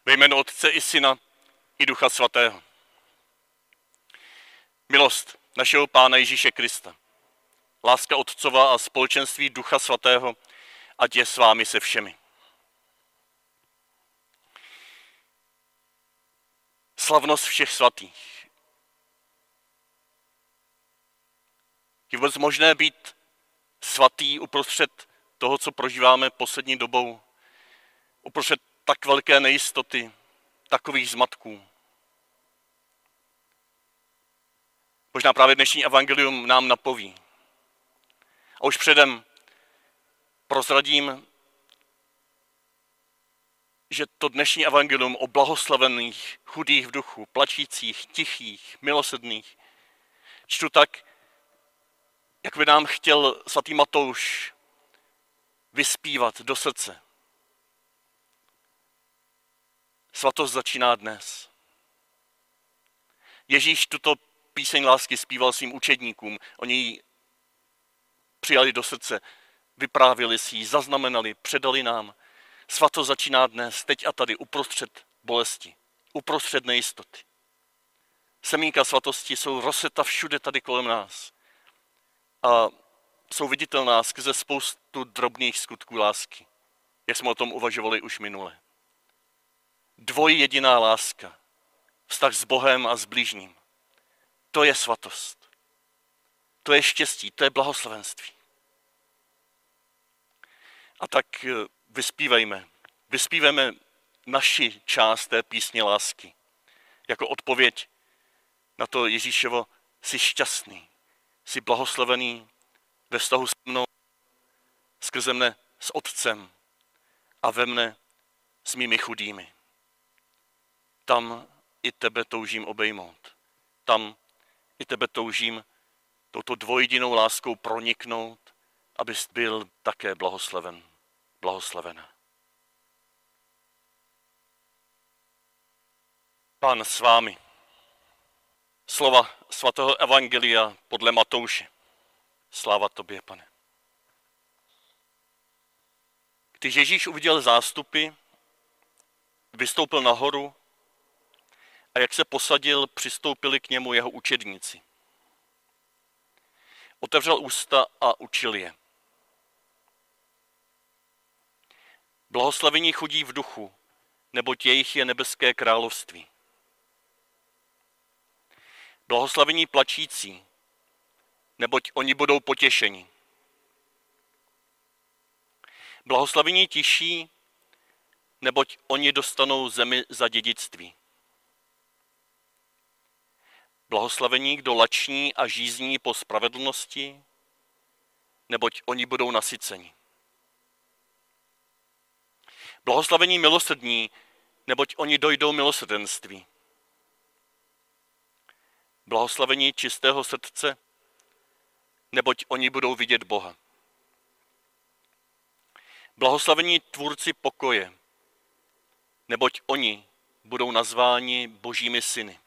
Ve jménu Otce i Syna i Ducha Svatého. Milost našeho Pána Ježíše Krista, láska Otcova a společenství Ducha Svatého, ať je s vámi se všemi. Slavnost všech svatých. Je vůbec možné být svatý uprostřed toho, co prožíváme poslední dobou, uprostřed tak velké nejistoty, takových zmatků? Možná právě dnešní evangelium nám napoví. A už předem prozradím, že to dnešní evangelium o blahoslavených, chudých v duchu, plačících, tichých, milosrdných, čtu tak, jak by nám chtěl svatý Matouš vyspívat do srdce. Svatost začíná dnes. Ježíš tuto píseň lásky zpíval svým učedníkům. Oni ji přijali do srdce, vyprávěli si ji, zaznamenali, předali nám. Svatost začíná dnes, teď a tady, uprostřed bolesti, uprostřed nejistoty. Semínka svatosti jsou rozseta všude tady kolem nás. A jsou viditelná skrze spoustu drobných skutků lásky, jak jsme o tom uvažovali už minule. Dvojjediná láska, vztah s Bohem a s blížním. To je svatost. To je štěstí, to je blahoslavenství. A tak vyspívejme naši část té písně lásky. Jako odpověď na to Ježíšovo, jsi šťastný, jsi blahoslavený ve vztahu s mnou, skrze mne s Otcem a ve mne s mými chudými. Tam i tebe toužím obejmout. Tam i tebe toužím touto dvojjedinou láskou proniknout, abys byl také blahoslaven, blahoslavená. Pán s vámi. Slova svatého evangelia podle Matouše. Sláva tobě, Pane. Když Ježíš uviděl zástupy, vystoupil nahoru a jak se posadil, přistoupili k němu jeho učedníci. Otevřel ústa a učil je. Blahoslavení chudí v duchu, neboť jejich je nebeské království. Blahoslavení plačící, neboť oni budou potěšeni. Blahoslavení tiší, neboť oni dostanou zemi za dědictví. Blahoslavení, kdo lační a žízní po spravedlnosti, neboť oni budou nasyceni. Blahoslavení milosrdní, neboť oni dojdou milosrdenství. Blahoslavení čistého srdce, neboť oni budou vidět Boha. Blahoslavení tvůrci pokoje, neboť oni budou nazváni božími syny.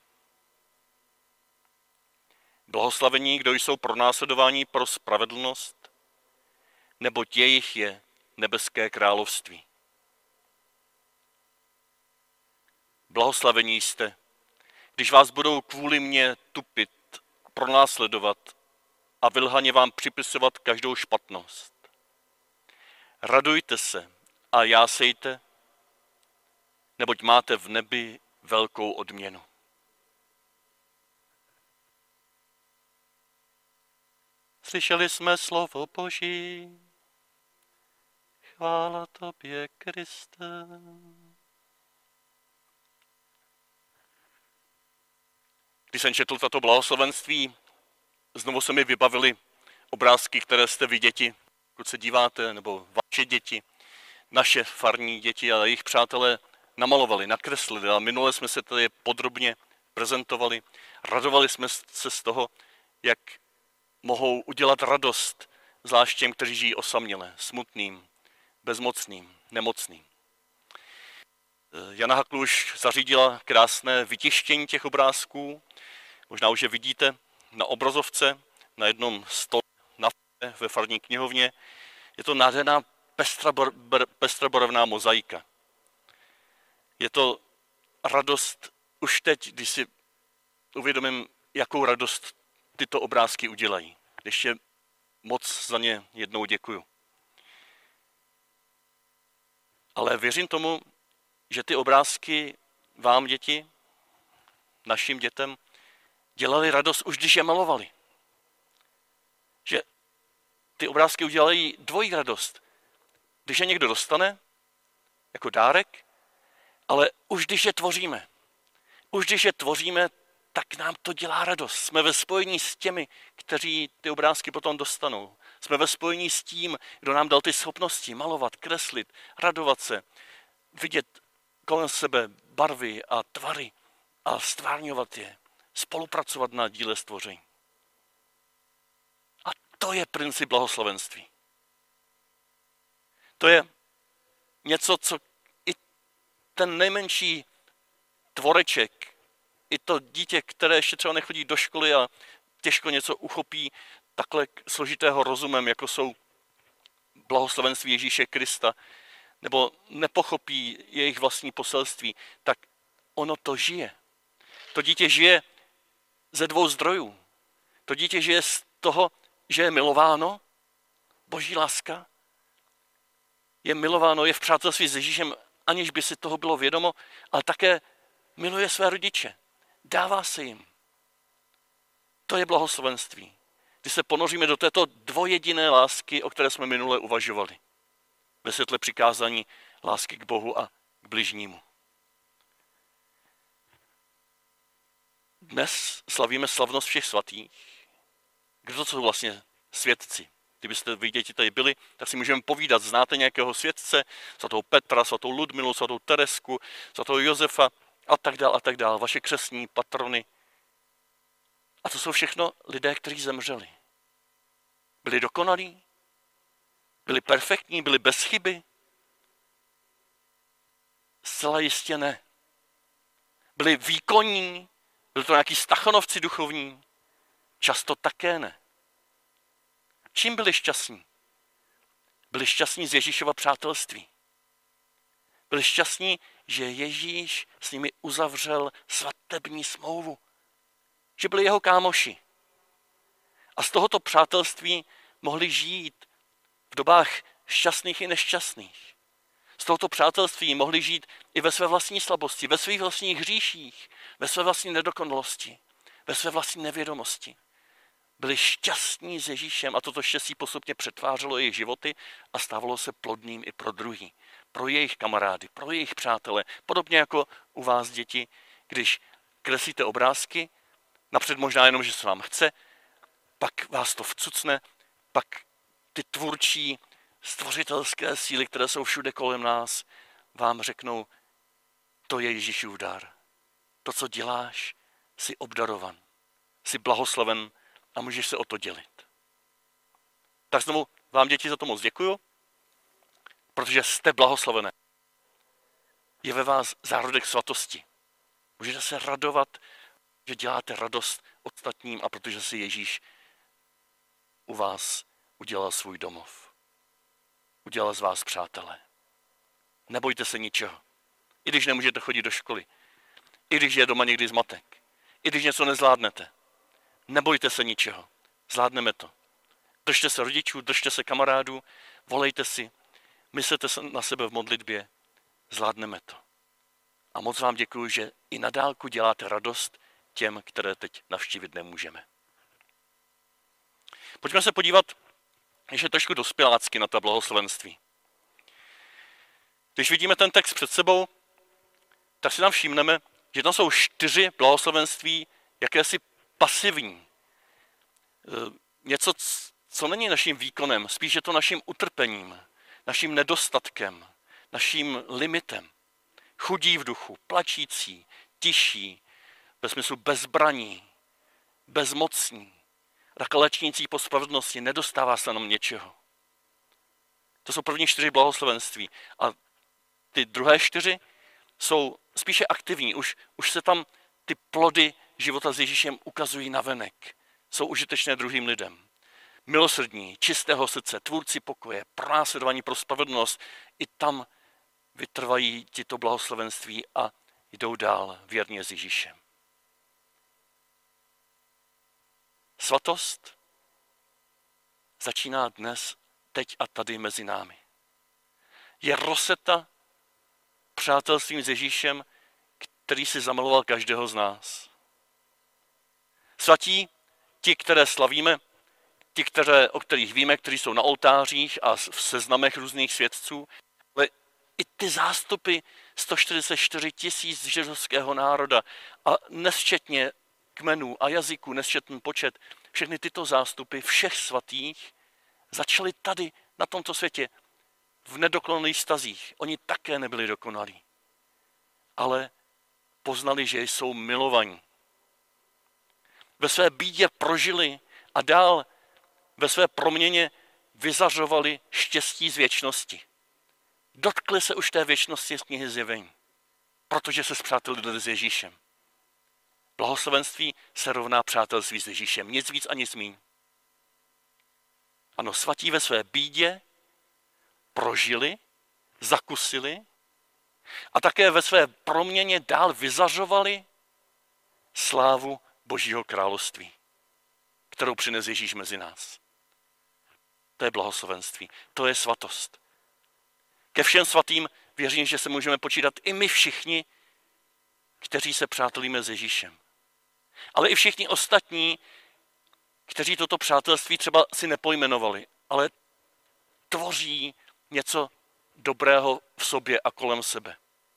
Blahoslavení, kdo jsou pronásledováni pro spravedlnost, neboť jejich je nebeské království. Blahoslavení jste, když vás budou kvůli mně tupit, pronásledovat a vylhaně vám připisovat každou špatnost. Radujte se a jásejte, neboť máte v nebi velkou odměnu. Slyšeli jsme slovo Boží. Chvála tobě, Kriste. Když jsem četl tato blahoslovenství, znovu se mi vybavily obrázky, které jste vy děti, pokud se díváte, nebo vaše děti, naše farní děti a jejich přátelé namalovali, nakreslili a minule jsme se tady podrobně prezentovali. Radovali jsme se z toho, jak mohou udělat radost, zvlášť těm, kteří žijí osaměle, smutným, bezmocným, nemocným. Jana Hakluš zařídila krásné vytištění těch obrázků. Možná už je vidíte na obrazovce, na jednom stole ve farní knihovně. Je to nádherná pestrobarevná mozaika. Je to radost už teď, když si uvědomím, jakou radost tyto obrázky udělají. Ještě moc za ně jednou děkuju. Ale věřím tomu, že ty obrázky vám, děti, našim dětem, dělali radost už když je malovali. Že ty obrázky udělají dvojí radost. Když je někdo dostane, jako dárek, ale už když je tvoříme. Už když je tvoříme, tak nám to dělá radost. Jsme ve spojení s těmi, kteří ty obrázky potom dostanou. Jsme ve spojení s tím, kdo nám dal ty schopnosti malovat, kreslit, radovat se, vidět kolem sebe barvy a tvary a stvárňovat je, spolupracovat na díle stvoření. A to je princip blahoslavenství. To je něco, co i ten nejmenší tvoreček, i to dítě, které ještě třeba nechodí do školy a těžko něco uchopí takhle složitého rozumem, jako jsou blahoslavenství Ježíše Krista, nebo nepochopí jejich vlastní poselství, tak ono to žije. To dítě žije ze dvou zdrojů. To dítě žije z toho, že je milováno, boží láska, je milováno, je v přátelství s Ježíšem, aniž by si toho bylo vědomo, ale také miluje své rodiče. Dává se jim. To je blahoslavenství. Když se ponoříme do této dvojjediné lásky, o které jsme minule uvažovali. Ve světle přikázání lásky k Bohu a k bližnímu. Dnes slavíme slavnost všech svatých. Kdo to jsou vlastně svědci? Kdybyste vy děti tady byli, tak si můžeme povídat. Znáte nějakého svědce? Svatou Petra, svatou Ludmilu, svatou Teresku, svatou Josefa a tak dále. Vaše křestní patrony. A to jsou všechno lidé, kteří zemřeli. Byli dokonalí? Byli perfektní? Byli bez chyby? Zcela jistě ne. Byli výkonní? Byli to nějaký stachanovci duchovní? Často také ne. Čím byli šťastní? Byli šťastní z Ježíšova přátelství. Byli šťastní, že Ježíš s nimi uzavřel svatební smlouvu. Že byli jeho kámoši. A z tohoto přátelství mohli žít v dobách šťastných i nešťastných. Z tohoto přátelství mohli žít i ve své vlastní slabosti, ve svých vlastních hříších, ve své vlastní nedokonalosti, ve své vlastní nevědomosti. Byli šťastní s Ježíšem a toto štěstí postupně přetvářelo jejich životy a stávalo se plodným i pro druhý, pro jejich kamarády, pro jejich přátele. Podobně jako u vás, děti, když kreslíte obrázky, napřed možná jenom, že se vám chce, pak vás to vcucne, pak ty tvůrčí, stvořitelské síly, které jsou všude kolem nás, vám řeknou, to je Ježíšův dar. To, co děláš, jsi obdarovan, jsi blahoslaven a můžeš se o to dělit. Tak znovu vám, děti, za to moc děkuju, protože jste blahoslavené. Je ve vás zárodek svatosti. Můžete se radovat, že děláte radost ostatním a protože si Ježíš u vás udělal svůj domov. Udělal z vás přátelé. Nebojte se ničeho. I když nemůžete chodit do školy. I když je doma někdy zmatek. I když něco nezvládnete. Nebojte se ničeho. Zvládneme to. Držte se rodičů, držte se kamarádů, volejte si, myslete se na sebe v modlitbě. Zvládneme to. A moc vám děkuji, že i na dálku děláte radost těm, které teď navštívit nemůžeme. Pojďme se podívat ještě trošku dospělácky na ta blahoslavenství. Když vidíme ten text před sebou, tak si tam všimneme, že tam jsou 4 blahoslavenství jakési pasivní. Něco, co není naším výkonem, spíš je to naším utrpením, naším nedostatkem, naším limitem. Chudí v duchu, plačící, tiší, ve smyslu bezbraní, bezmocní, rakalečnící po spravedlnosti, nedostává se nám něčeho. To jsou první 4 blahoslavenství. A ty druhé 4 jsou spíše aktivní. Už se tam ty plody života s Ježíšem ukazují navenek. Jsou užitečné druhým lidem. Milosrdní, čistého srdce, tvůrci pokoje, pronásledování pro spravedlnost. I tam vytrvají tito blahoslavenství a jdou dál věrně s Ježíšem. Svatost začíná dnes, teď a tady mezi námi. Je rozseta přátelstvím s Ježíšem, který si zamiloval každého z nás. Svatí, ti, které slavíme, ti, o kterých víme, kteří jsou na oltářích a v seznamech různých svědců, ale i ty zástupy 144 000 židovského národa a nesčetně kmenů a jazyků, nesčetný počet, všechny tyto zástupy všech svatých začaly tady, na tomto světě, v nedokonalých stazích. Oni také nebyli dokonalí, ale poznali, že jsou milovaní. Ve své bídě prožili a dál ve své proměně vyzařovali štěstí z věčnosti. Dotkli se už té věčnosti z knihy Zjevení, protože se spřátelili s Ježíšem. Blahoslavenství se rovná přátelství s Ježíšem, nic víc a nic míň. Ano, svatí ve své bídě prožili, zakusili a také ve své proměně dál vyzařovali slávu Božího království, kterou přines Ježíš mezi nás. To je blahoslavenství, to je svatost. Ke všem svatým věřím, že se můžeme počítat i my všichni, kteří se přátelíme s Ježíšem. Ale i všichni ostatní, kteří toto přátelství třeba si nepojmenovali, ale tvoří něco dobrého v sobě a kolem sebe.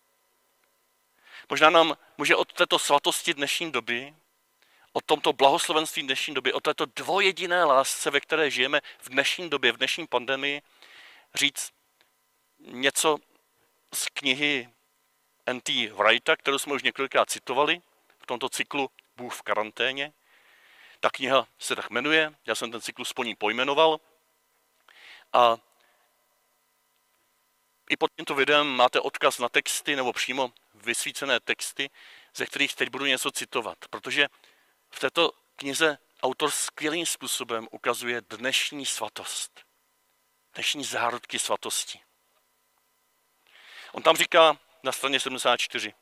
Možná nám může od této svatosti dnešní doby, od tomto blahoslavenství dnešní doby, od této dvojjediné lásce, ve které žijeme v dnešní době, v dnešní pandemii, říct něco z knihy N.T. Wrighta, kterou jsme už několikrát citovali v tomto cyklu Bůh v karanténě. Ta kniha se tak jmenuje, já jsem ten cyklus po ní pojmenoval. A i pod tímto videem máte odkaz na texty nebo přímo vysvícené texty, ze kterých teď budu něco citovat, protože v této knize autor skvělým způsobem ukazuje dnešní svatost, dnešní zárodky svatosti. On tam říká na straně 74.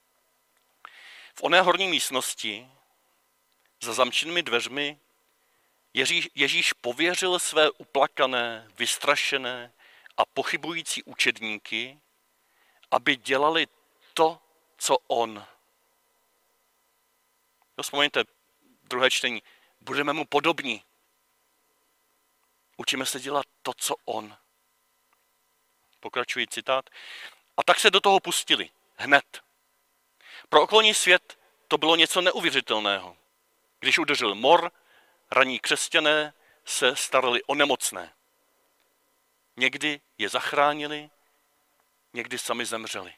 V oné horní místnosti za zamčenými dveřmi Ježíš pověřil své uplakané, vystrašené a pochybující učedníky, aby dělali to, co on. Vzpomeňte druhé čtení. Budeme mu podobní. Učíme se dělat to, co on. Pokračují citát. A tak se do toho pustili. Hned. Pro okolní svět to bylo něco neuvěřitelného. Když udeřil mor, raní křesťané se starali o nemocné. Někdy je zachránili, někdy sami zemřeli.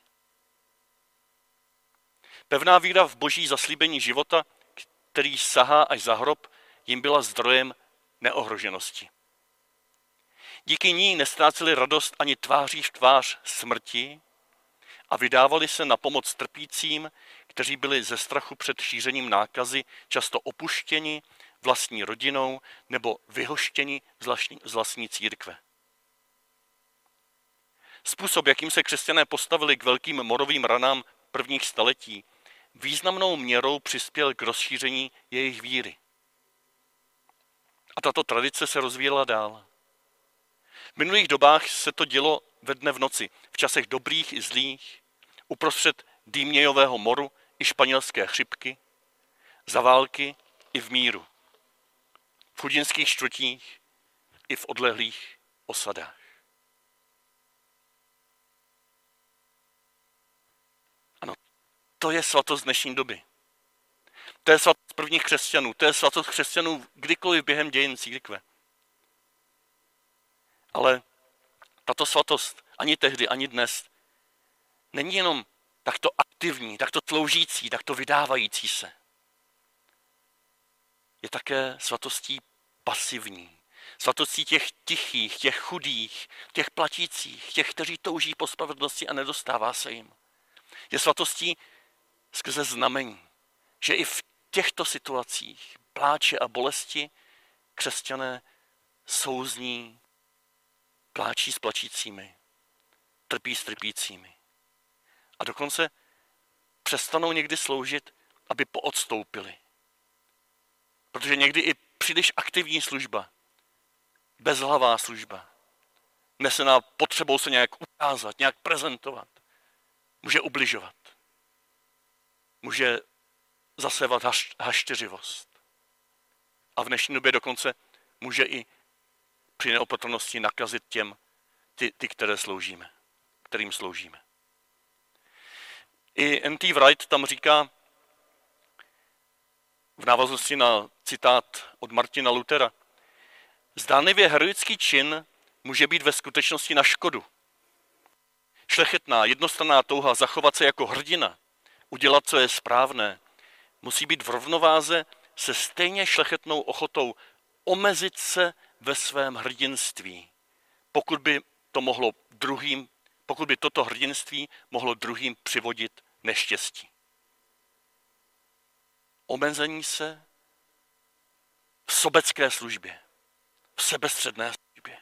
Pevná víra v Boží zaslíbení života, který sahá až za hrob, jim byla zdrojem neohroženosti. Díky ní nestráceli radost ani tváří v tvář smrti a vydávali se na pomoc trpícím, kteří byli ze strachu před šířením nákazy často opuštěni vlastní rodinou nebo vyhoštěni z vlastní církve. Způsob, jakým se křesťané postavili k velkým morovým ranám prvních staletí, významnou měrou přispěl k rozšíření jejich víry. A tato tradice se rozvíjela dál. V minulých dobách se to dělo ve dne v noci, v časech dobrých i zlých, uprostřed dýmějového moru i španělské chřipky, za války i v míru, v chudinských čtvrtích i v odlehlých osadách. Ano, to je svatost dnešní doby. To je svatost prvních křesťanů, to je svatost křesťanů kdykoliv během dějin církve. Ale tato svatost ani tehdy, ani dnes není jenom takto aktivní, takto sloužící, takto vydávající se. Je také svatostí pasivní. Svatostí těch tichých, těch chudých, těch platících, těch, kteří touží po spravedlnosti a nedostává se jim. Je svatostí skrze znamení, že i v těchto situacích pláče a bolesti křesťané souzní, pláčí s plačícími, trpí s trpícími. A dokonce přestanou někdy sloužit, aby poodstoupili. Protože někdy i příliš aktivní služba, bezhlavá služba, nesená potřebou se nějak ukázat, nějak prezentovat, může ubližovat. Může zasévat hašteřivost. A v dnešní době dokonce může i při neopatrnosti nakazit ty, kterým sloužíme. I N.T. Wright tam říká v návaznosti na citát od Martina Luthera: zdánlivě heroický čin může být ve skutečnosti na škodu. Šlechetná, jednostranná touha zachovat se jako hrdina, udělat, co je správné, musí být v rovnováze se stejně šlechetnou ochotou omezit se ve svém hrdinství, pokud by toto hrdinství mohlo druhým přivodit neštěstí. Omezení se v sobecké službě, v sebestředné službě.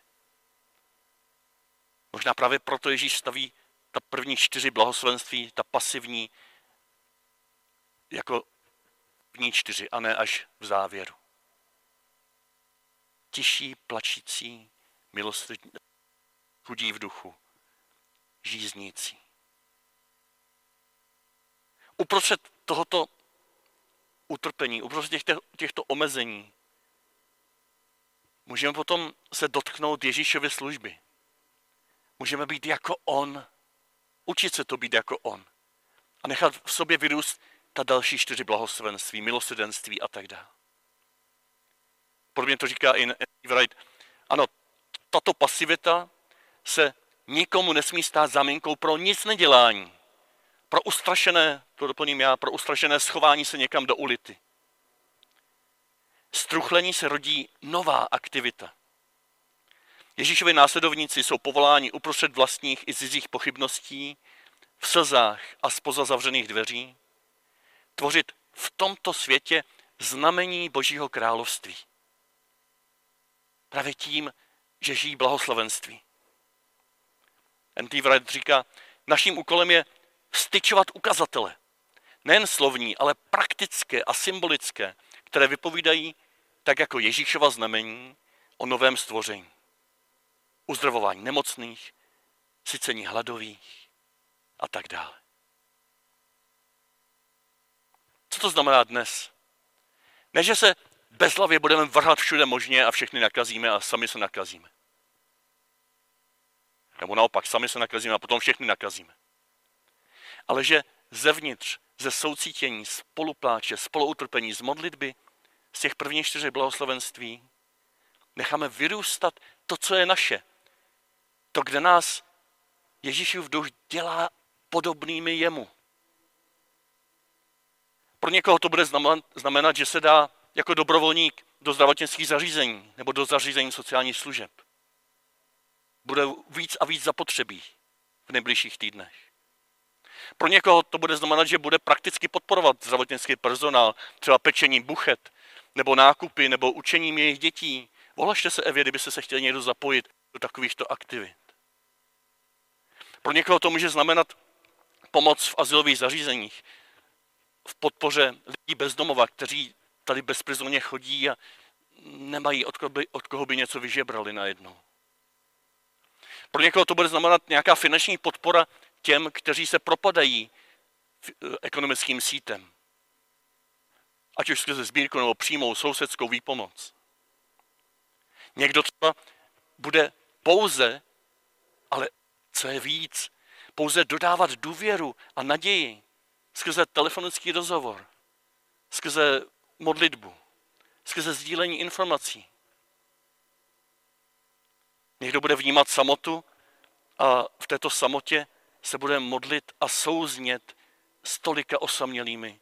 Možná právě proto Ježíš staví ta první 4 blahoslovenství, ta pasivní, jako první 4, a ne až v závěru. Tiší, plačící, milosrdní, chudí v duchu, žíznící. Uprostřed tohoto utrpení, uprostřed těchto omezení můžeme potom se dotknout Ježíšovy služby. Můžeme být jako on, učit se to být jako on a nechat v sobě vyrůst ta další 4 blahoslovenství, milosrdenství a tak dále. Podobně to říká i Wright. Ano, tato pasivita se nikomu nesmí stát záminkou pro nic nedělání. Pro ustrašené, to doplním já, pro ustrašené schování se někam do ulity. Z truchlení se rodí nová aktivita. Ježíšovi následovníci jsou povoláni uprostřed vlastních i cizích pochybností, v slzách a zpoza zavřených dveří, tvořit v tomto světě znamení Božího království. Právě tím, že žijí blahoslavenství. N.T. Wright říká, naším úkolem je vstyčovat ukazatele. Nejen slovní, ale praktické a symbolické, které vypovídají, tak jako Ježíšova znamení, o novém stvoření. Uzdravování nemocných, sycení hladových a tak dále. Co to znamená dnes? Ne, že se bezhlavě budeme vrhat všude možně a všechny nakazíme a sami se nakazíme. Nebo naopak, sami se nakazíme a potom všechny nakazíme. Ale že zevnitř, ze soucítění, spolupláče, spoluutrpení, z modlitby, z těch prvních 4 blahoslovenství, necháme vyrůstat to, co je naše. To, kde nás Ježíšův duch dělá podobnými jemu. Pro někoho to bude znamenat, že se dá jako dobrovolník do zdravotnických zařízení nebo do zařízení sociálních služeb. Bude víc a víc zapotřebí v nejbližších týdnech. Pro někoho to bude znamenat, že bude prakticky podporovat zdravotnický personál, třeba pečením buchet, nebo nákupy, nebo učením jejich dětí. Ohlašte se, Evě, kdyby se chtěl někdo zapojit do takovýchto aktivit. Pro někoho to může znamenat pomoc v azylových zařízeních, v podpoře lidí bezdomova, kteří tady bezprizorně chodí a nemají od koho by něco vyžebrali najednou. Pro někoho to bude znamenat nějaká finanční podpora těm, kteří se propadají ekonomickým sítem. Ať už skrze sbírku nebo přímou sousedskou výpomoc. Někdo třeba bude pouze, ale co je víc, pouze dodávat důvěru a naději skrze telefonický rozhovor, skrze modlitbu, skrze sdílení informací. Někdo bude vnímat samotu a v této samotě se bude modlit a souznět s tolika osamělými,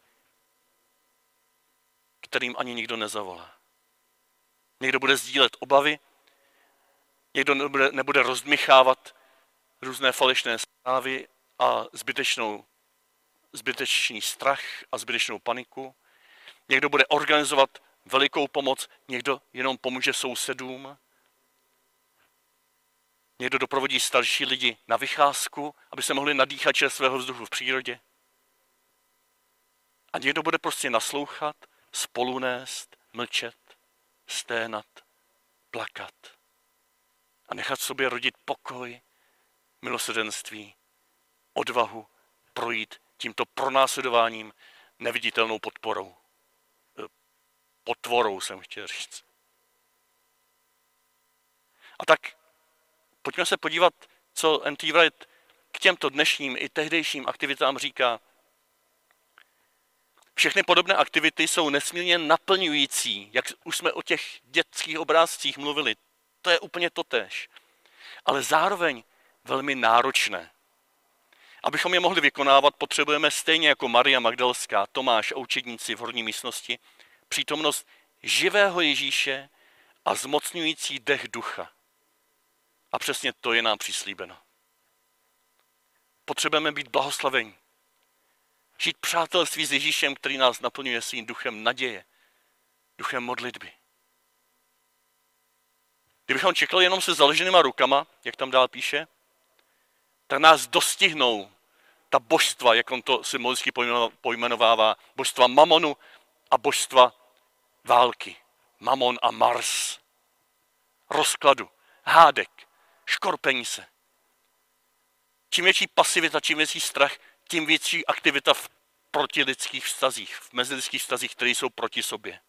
kterým ani nikdo nezavolá. Někdo bude sdílet obavy, někdo nebude rozdmychávat různé falešné zprávy a zbytečný strach a zbytečnou paniku. Někdo bude organizovat velikou pomoc, někdo jenom pomůže sousedům. Někdo doprovodí starší lidi na vycházku, aby se mohli nadýchat čerstvého vzduchu v přírodě. A někdo bude prostě naslouchat, spolunést, mlčet, sténat, plakat a nechat sobě rodit pokoj, milosrdenství, odvahu projít tímto pronásledováním neviditelnou podporou. Potvorou jsem chtěl říct. A tak pojďme se podívat, co N.T. Wright k těmto dnešním i tehdejším aktivitám říká. Všechny podobné aktivity jsou nesmírně naplňující, jak už jsme o těch dětských obrázcích mluvili. To je úplně totéž. Ale zároveň velmi náročné. Abychom je mohli vykonávat, potřebujeme stejně jako Maria Magdalská, Tomáš a učedníci v horní místnosti přítomnost živého Ježíše a zmocňující dech ducha. A přesně to je nám přislíbeno. Potřebujeme být blahoslaveni. Žít přátelství s Ježíšem, který nás naplňuje svým duchem naděje, duchem modlitby. Kdybychom čekali jenom se založenýma rukama, jak tam dál píše, tak nás dostihnou ta božstva, jak on to symbolicky pojmenovává, božstva Mamonu a božstva války. Mamon a Mars. Rozkladu, hádek, škorpení se. Čím větší pasivita, čím větší strach, tím větší aktivita v protilidských vztazích, v mezilidských vztazích, které jsou proti sobě.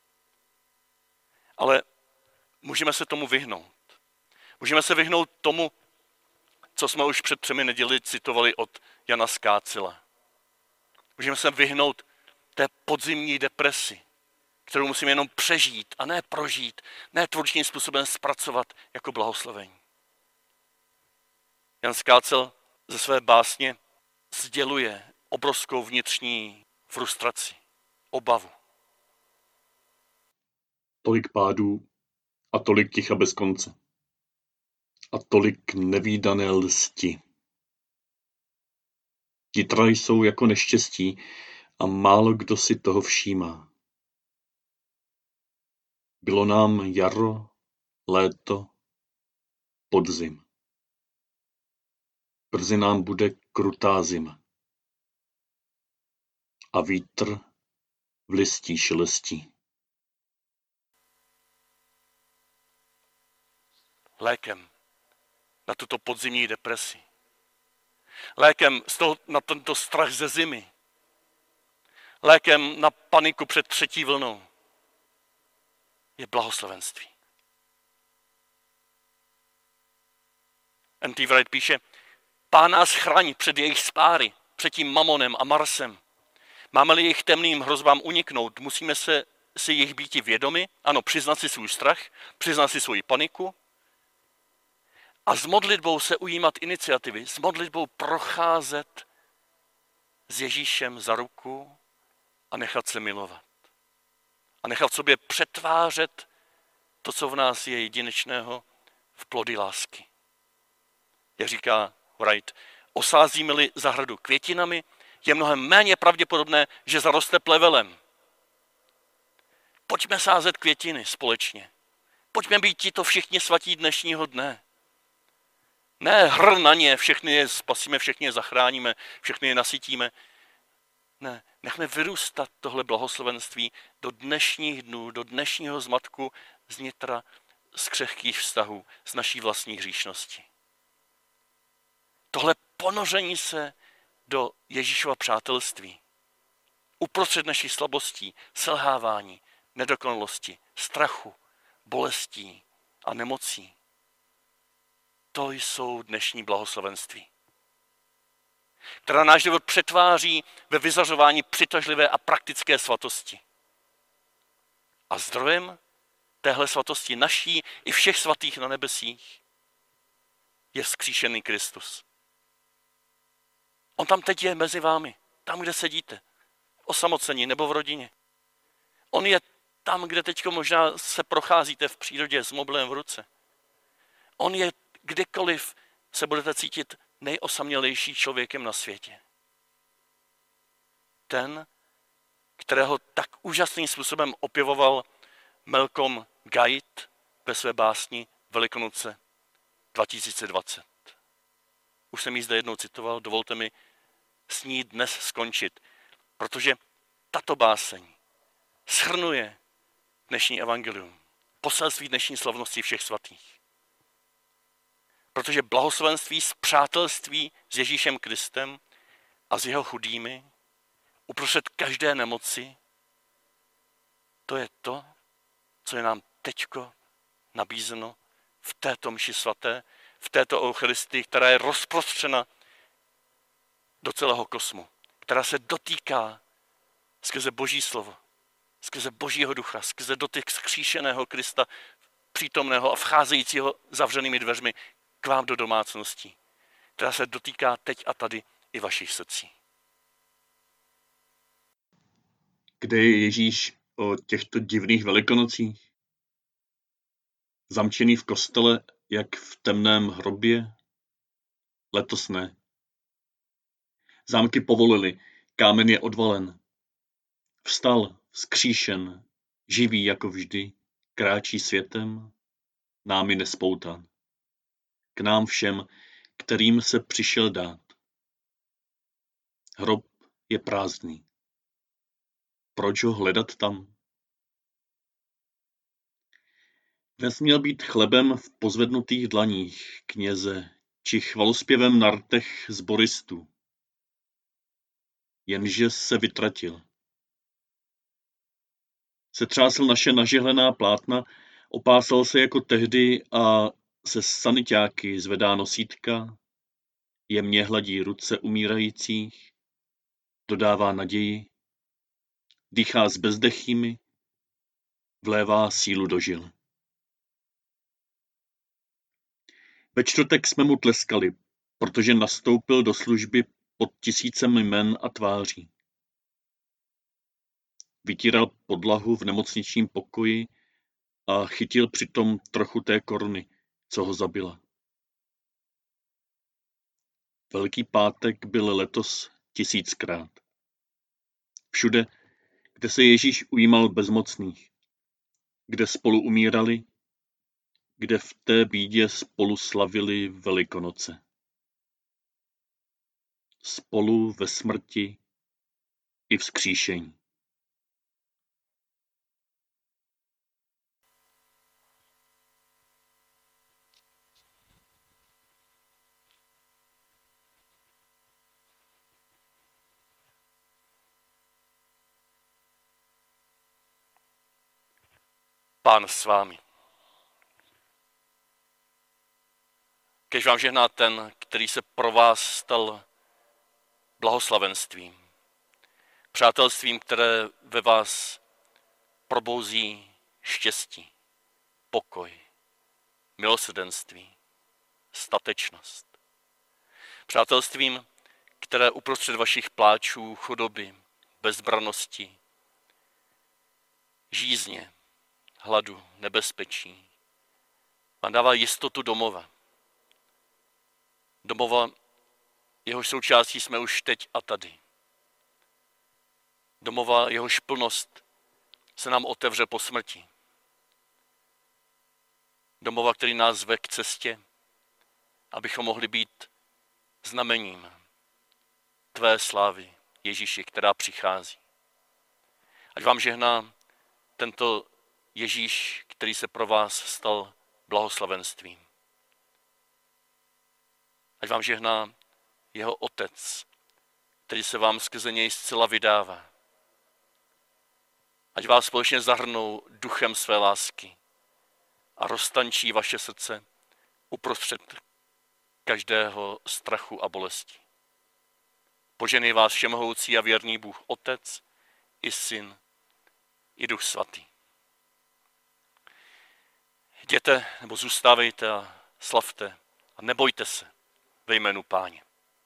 Ale můžeme se tomu vyhnout. Můžeme se vyhnout tomu, co jsme už před 3 neděli citovali od Jana Skácela. Můžeme se vyhnout té podzimní depresi, kterou musíme jenom přežít a ne prožít, ne tvůrčím způsobem zpracovat jako blahoslovení. Jan Skácel ze své básně sděluje obrovskou vnitřní frustraci, obavu. Tolik pádů a tolik ticha bez konce. A tolik nevídané lsti. Jitra jsou jako neštěstí a málo kdo si toho všímá. Bylo nám jaro, léto, podzim. Brzy nám bude krutá zima. A vítr v listí šelestí. Lékem na tuto podzimní depresi. Lékem na tento strach ze zimy. Lékem na paniku před 3. vlnou je blahoslavenství. N.T. Wright píše, Pán nás chraň před jejich spáry, před tím Mamonem a Marsem. Máme-li jejich temným hrozbám uniknout, musíme si jejich býti vědomi, ano, přiznat si svůj strach, přiznat si svoji paniku a s modlitbou se ujímat iniciativy, s modlitbou procházet s Ježíšem za ruku a nechat se milovat. A nechat sobě přetvářet to, co v nás je jedinečného, v plody lásky. Jak říká Wright, osázíme-li zahradu květinami, je mnohem méně pravděpodobné, že zaroste plevelem. Pojďme sázet květiny společně. Pojďme být tito všichni svatí dnešního dne. Ne hr na ně, všechny je spasíme, všechny je zachráníme, všechny je nasytíme. Ne, nechme vyrůstat tohle blahoslovenství do dnešních dnů, do dnešního zmatku znitra z křehkých vztahů, z naší vlastní hříšnosti. Tohle ponoření se do Ježíšova přátelství, uprostřed našich slabostí, selhávání, nedokonalosti, strachu, bolestí a nemocí. To jsou dnešní blahoslovenství, která náš život přetváří ve vyzařování přitažlivé a praktické svatosti. A zdrojem téhle svatosti naší i všech svatých na nebesích je vzkříšený Kristus. On tam teď je mezi vámi, tam, kde sedíte, osamocení nebo v rodině. On je tam, kde teď možná se procházíte v přírodě s mobilem v ruce. On je kdykoliv se budete cítit nejosamělejší člověkem na světě. Ten, kterého tak úžasným způsobem opěvoval Malcolm Guite ve své básni Velikonoce 2020. Už jsem ji zde jednou citoval, dovolte mi s ní dnes skončit, protože tato báseň shrnuje dnešní evangelium, poselství dnešní slavnosti všech svatých. Protože blahoslavenství z přátelství s Ježíšem Kristem a s jeho chudými uprostřed každé nemoci, to je to, co je nám teďko nabízeno v této mši svaté, v této eucharistii, která je rozprostřena do celého kosmu, která se dotýká skrze Boží slovo, skrze Božího ducha, skrze dotyk vzkříšeného Krista, přítomného a vcházejícího zavřenými dveřmi k vám do domácností, která se dotýká teď a tady i vašich srdcí. Kde je Ježíš o těchto divných velikonocích? Zamčený v kostele, jak v temném hrobě? Letos ne. Zámky povolily, kámen je odvalen. Vstal, vzkříšen, živý jako vždy, kráčí světem, námi nespoutan. K nám všem, kterým se přišel dát. Hrob je prázdný. Proč ho hledat tam? Dnes měl být chlebem v pozvednutých dlaních kněze, či chvalospěvem na rtech sboristů. Jenže se vytratil. Setřásl naše nažehlená plátna, opásal se jako tehdy a se saniťáky zvedá nosítka, jemně hladí ruce umírajících, dodává naději, dýchá s bezdechými, vlévá sílu do žil. Ve čtvrtek jsme mu tleskali, protože nastoupil do služby pod tisícem jmen a tváří. Vytíral podlahu v nemocničním pokoji a chytil přitom trochu té koruny, co ho zabila. Velký pátek byl letos 1000krát. Všude, kde se Ježíš ujímal bezmocných, kde spolu umírali, kde v té bídě spolu slavili Velikonoce. Spolu ve smrti i vzkříšení. Pán s vámi. Kéž vám žehná ten, který se pro vás stal blahoslavenstvím, přátelstvím, které ve vás probouzí štěstí, pokoj, milosrdenství, statečnost. Přátelstvím, které uprostřed vašich pláčů, chudoby, bezbrannosti, žízně, hladu, nebezpečí vám dává jistotu domova. Domova, jehož součástí jsme už teď a tady. Domova, jehož plnost se nám otevře po smrti. Domova, který nás zve k cestě, abychom mohli být znamením tvé slávy, Ježíši, která přichází. Ať vám žehná tento Ježíš, který se pro vás stal blahoslavenstvím. Ať vám žehná jeho Otec, který se vám skrze něj zcela vydává. Ať vás společně zahrnou duchem své lásky a roztančí vaše srdce uprostřed každého strachu a bolesti. Poženej vás všemohoucí a věrný Bůh Otec i Syn i Duch Svatý. Jděte nebo zůstávejte a slavte a nebojte se ve jménu Páně.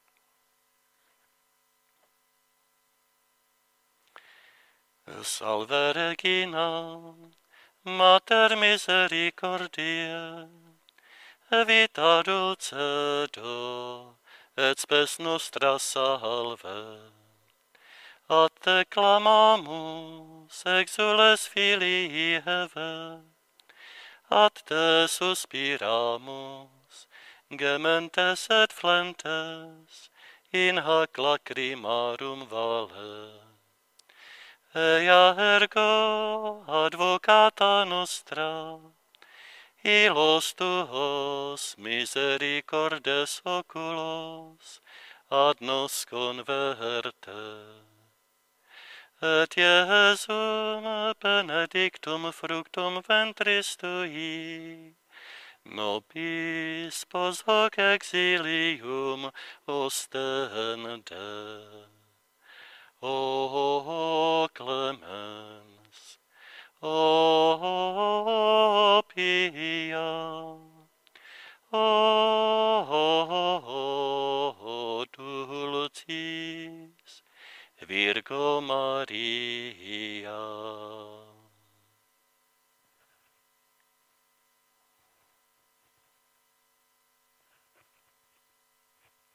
Salve Regina, Mater misericordiae, vita dulcedo, et spes nostra salve. A te clamamus exules Filii Eve, ad te suspiramus, gementes et flentes, in hac lacrimarum vale. Ea ergo advocata nostra, ilos tuos misericordes oculos ad nos converte. Et Iesum benedictum fructum ventris tui, nobis pos hoc exilium ostende. O clemens, o pia, o dulcis, Virgo Maria.